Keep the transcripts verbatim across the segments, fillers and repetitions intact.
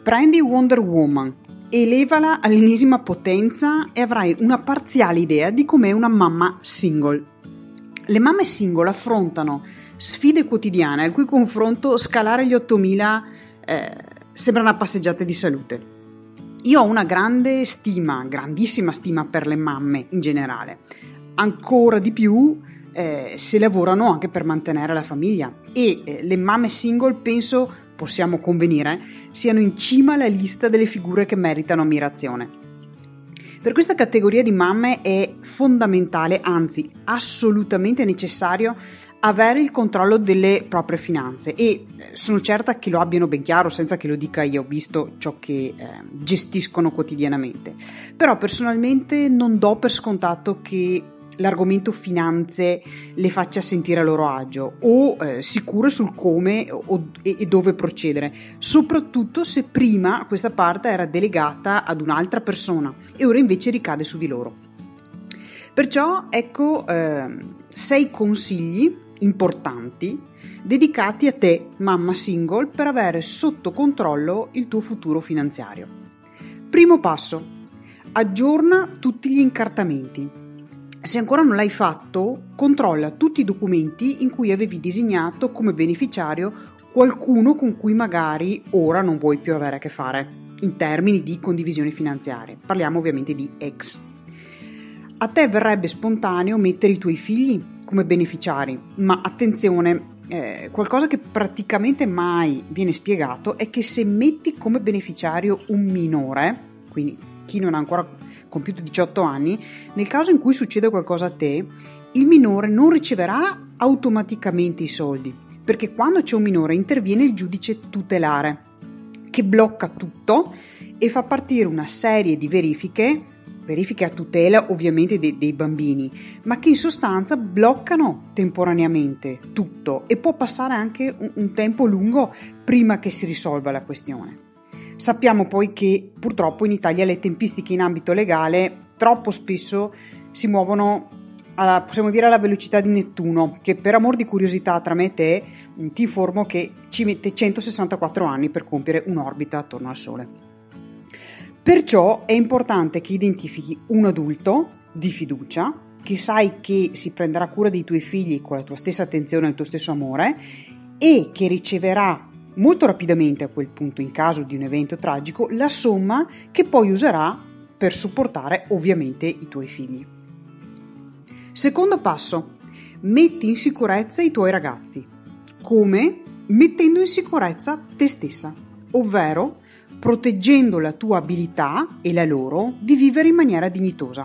Prendi Wonder Woman, elevala all'ennesima potenza e avrai una parziale idea di com'è una mamma single. Le mamme single affrontano sfide quotidiane al cui confronto scalare gli ottomila eh, sembra una passeggiata di salute. Io ho una grande stima, grandissima stima per le mamme in generale, ancora di più eh, se lavorano anche per mantenere la famiglia, e eh, le mamme single penso, possiamo convenire, siano in cima alla lista delle figure che meritano ammirazione. Per questa categoria di mamme è fondamentale, anzi assolutamente necessario, avere il controllo delle proprie finanze, e sono certa che lo abbiano ben chiaro senza che lo dica io, visto ciò che eh, gestiscono quotidianamente. Però personalmente non do per scontato che l'argomento finanze le faccia sentire a loro agio o eh, sicure sul come o, e, e dove procedere, soprattutto se prima questa parte era delegata ad un'altra persona e ora invece ricade su di loro. Perciò ecco eh, sei consigli importanti dedicati a te, mamma single, per avere sotto controllo il tuo futuro finanziario. Primo passo: aggiorna tutti gli incartamenti. Se ancora non l'hai fatto, controlla tutti i documenti in cui avevi designato come beneficiario qualcuno con cui magari ora non vuoi più avere a che fare in termini di condivisioni finanziarie. Parliamo ovviamente di ex. A te verrebbe spontaneo mettere i tuoi figli come beneficiari, ma attenzione, eh, qualcosa che praticamente mai viene spiegato è che se metti come beneficiario un minore, quindi chi non ha ancora compiuto diciotto anni, nel caso in cui succeda qualcosa a te, il minore non riceverà automaticamente i soldi, perché quando c'è un minore interviene il giudice tutelare, che blocca tutto e fa partire una serie di verifiche verifiche a tutela ovviamente dei, dei bambini, ma che in sostanza bloccano temporaneamente tutto e può passare anche un, un tempo lungo prima che si risolva la questione. Sappiamo poi che purtroppo in Italia le tempistiche in ambito legale troppo spesso si muovono alla, possiamo dire, alla velocità di Nettuno, che per amor di curiosità tra me e te ti informo che ci mette centosessantaquattro anni per compiere un'orbita attorno al Sole. Perciò è importante che identifichi un adulto di fiducia, che sai che si prenderà cura dei tuoi figli con la tua stessa attenzione e il tuo stesso amore e che riceverà molto rapidamente a quel punto, in caso di un evento tragico, la somma che poi userà per supportare ovviamente i tuoi figli. Secondo passo: metti in sicurezza i tuoi ragazzi. Come? Mettendo in sicurezza te stessa, ovvero proteggendo la tua abilità e la loro di vivere in maniera dignitosa.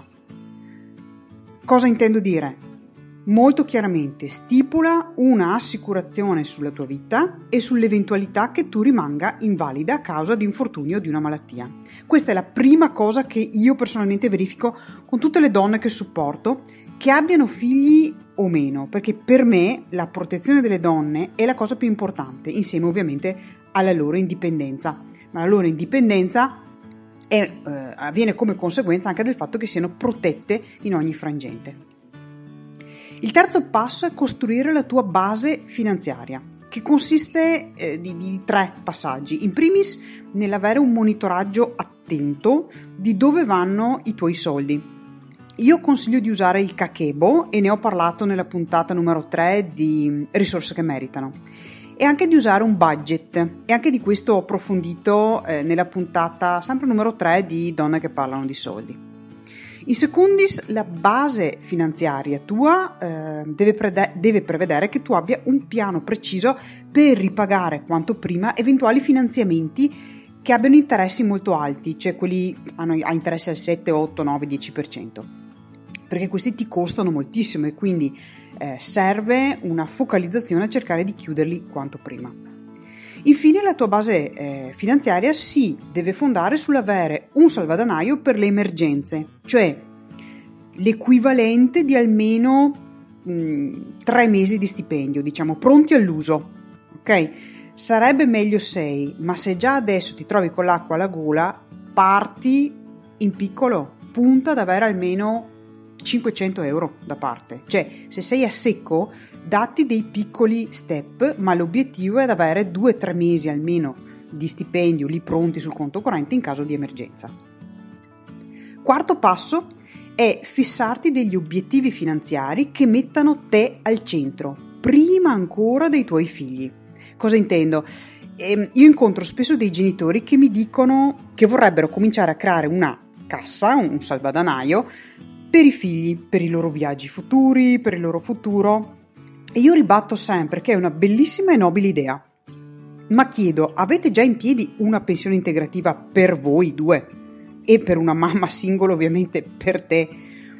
Cosa intendo dire? Molto chiaramente, stipula una assicurazione sulla tua vita e sull'eventualità che tu rimanga invalida a causa di infortunio o di una malattia. Questa è la prima cosa che io personalmente verifico con tutte le donne che supporto, che abbiano figli o meno, perché per me la protezione delle donne è la cosa più importante, insieme ovviamente alla loro indipendenza. Ma la loro indipendenza è, eh, avviene come conseguenza anche del fatto che siano protette in ogni frangente. Il terzo passo è costruire la tua base finanziaria, che consiste eh, di, di tre passaggi. In primis, nell'avere un monitoraggio attento di dove vanno i tuoi soldi. Io consiglio di usare il Kakebo e ne ho parlato nella puntata numero tre di Risorse che meritano. E anche di usare un budget, e anche di questo ho approfondito eh, nella puntata sempre numero tre di Donne che parlano di soldi. In secundis, la base finanziaria tua eh, deve, prede- deve prevedere che tu abbia un piano preciso per ripagare quanto prima eventuali finanziamenti che abbiano interessi molto alti, cioè quelli hanno a interessi al sette, otto, nove, dieci per cento, perché questi ti costano moltissimo e quindi Eh, serve una focalizzazione a cercare di chiuderli quanto prima. Infine, la tua base eh, finanziaria si deve fondare sull'avere un salvadanaio per le emergenze, cioè l'equivalente di almeno mh, tre mesi di stipendio, diciamo, pronti all'uso. Ok? Sarebbe meglio sei, ma se già adesso ti trovi con l'acqua alla gola, parti in piccolo, punta ad avere almeno cinquecento euro da parte. Cioè, se sei a secco, datti dei piccoli step, ma l'obiettivo è ad avere due o tre mesi almeno di stipendio lì pronti sul conto corrente in caso di emergenza. Quarto passo è fissarti degli obiettivi finanziari che mettano te al centro, prima ancora dei tuoi figli. Cosa intendo? Eh, io incontro spesso dei genitori che mi dicono che vorrebbero cominciare a creare una cassa, un salvadanaio, per i figli, per i loro viaggi futuri, per il loro futuro. E io ribatto sempre che è una bellissima e nobile idea. Ma chiedo, avete già in piedi una pensione integrativa per voi due? E per una mamma singola ovviamente per te.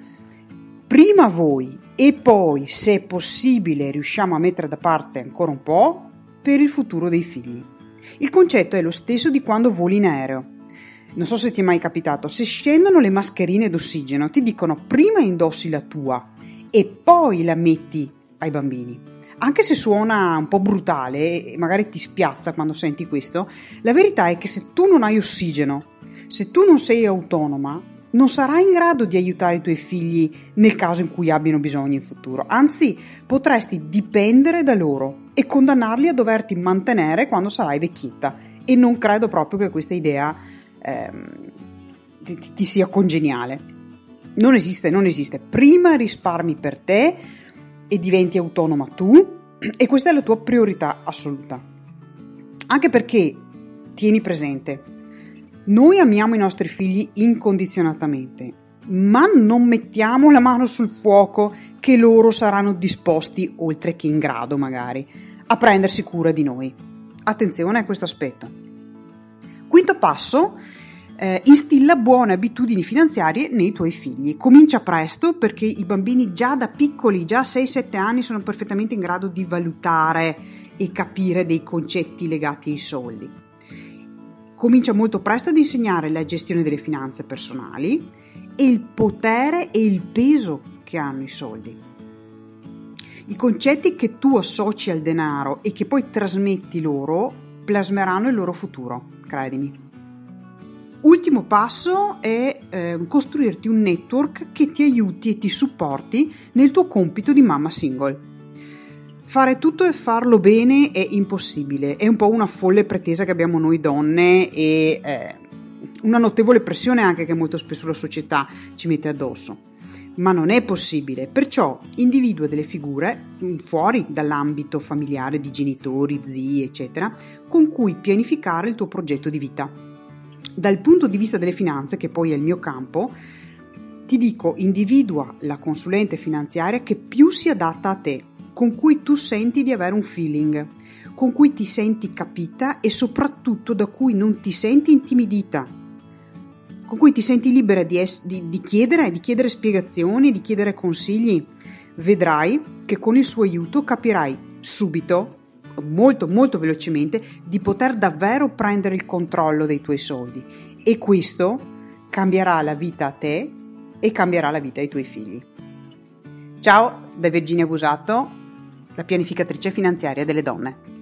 Prima voi e poi, se è possibile, riusciamo a mettere da parte ancora un po' per il futuro dei figli. Il concetto è lo stesso di quando voli in aereo. Non so se ti è mai capitato, se scendono le mascherine d'ossigeno ti dicono prima indossi la tua e poi la metti ai bambini. Anche se suona un po' brutale e magari ti spiazza quando senti questo, la verità è che se tu non hai ossigeno, se tu non sei autonoma, non sarai in grado di aiutare i tuoi figli nel caso in cui abbiano bisogno in futuro. Anzi, potresti dipendere da loro e condannarli a doverti mantenere quando sarai vecchietta. E non credo proprio che questa idea ehm, ti, ti sia congeniale. Non esiste, non esiste. Prima risparmi per te e diventi autonoma tu, e questa è la tua priorità assoluta. Anche perché, tieni presente, noi amiamo i nostri figli incondizionatamente, ma non mettiamo la mano sul fuoco che loro saranno disposti, oltre che in grado magari, a prendersi cura di noi. Attenzione a questo aspetto. Quinto passo, eh, instilla buone abitudini finanziarie nei tuoi figli. Comincia presto, perché i bambini già da piccoli, già a sei sette anni, sono perfettamente in grado di valutare e capire dei concetti legati ai soldi. Comincia molto presto ad insegnare la gestione delle finanze personali e il potere e il peso che hanno i soldi. I concetti che tu associ al denaro e che poi trasmetti loro plasmeranno il loro futuro, credimi. Ultimo passo è eh, costruirti un network che ti aiuti e ti supporti nel tuo compito di mamma single. Fare tutto e farlo bene è impossibile, è un po' una folle pretesa che abbiamo noi donne e eh, una notevole pressione anche che molto spesso la società ci mette addosso. Ma non è possibile, perciò individua delle figure fuori dall'ambito familiare di genitori, zii, eccetera, con cui pianificare il tuo progetto di vita. Dal punto di vista delle finanze, che poi è il mio campo, ti dico, individua la consulente finanziaria che più si adatta a te, con cui tu senti di avere un feeling, con cui ti senti capita e soprattutto da cui non ti senti intimidita, con cui ti senti libera di, es- di, di chiedere, di chiedere spiegazioni, di chiedere consigli. Vedrai che con il suo aiuto capirai subito, molto molto velocemente, di poter davvero prendere il controllo dei tuoi soldi, e questo cambierà la vita a te e cambierà la vita ai tuoi figli. Ciao da Virginia Busato, la pianificatrice finanziaria delle donne.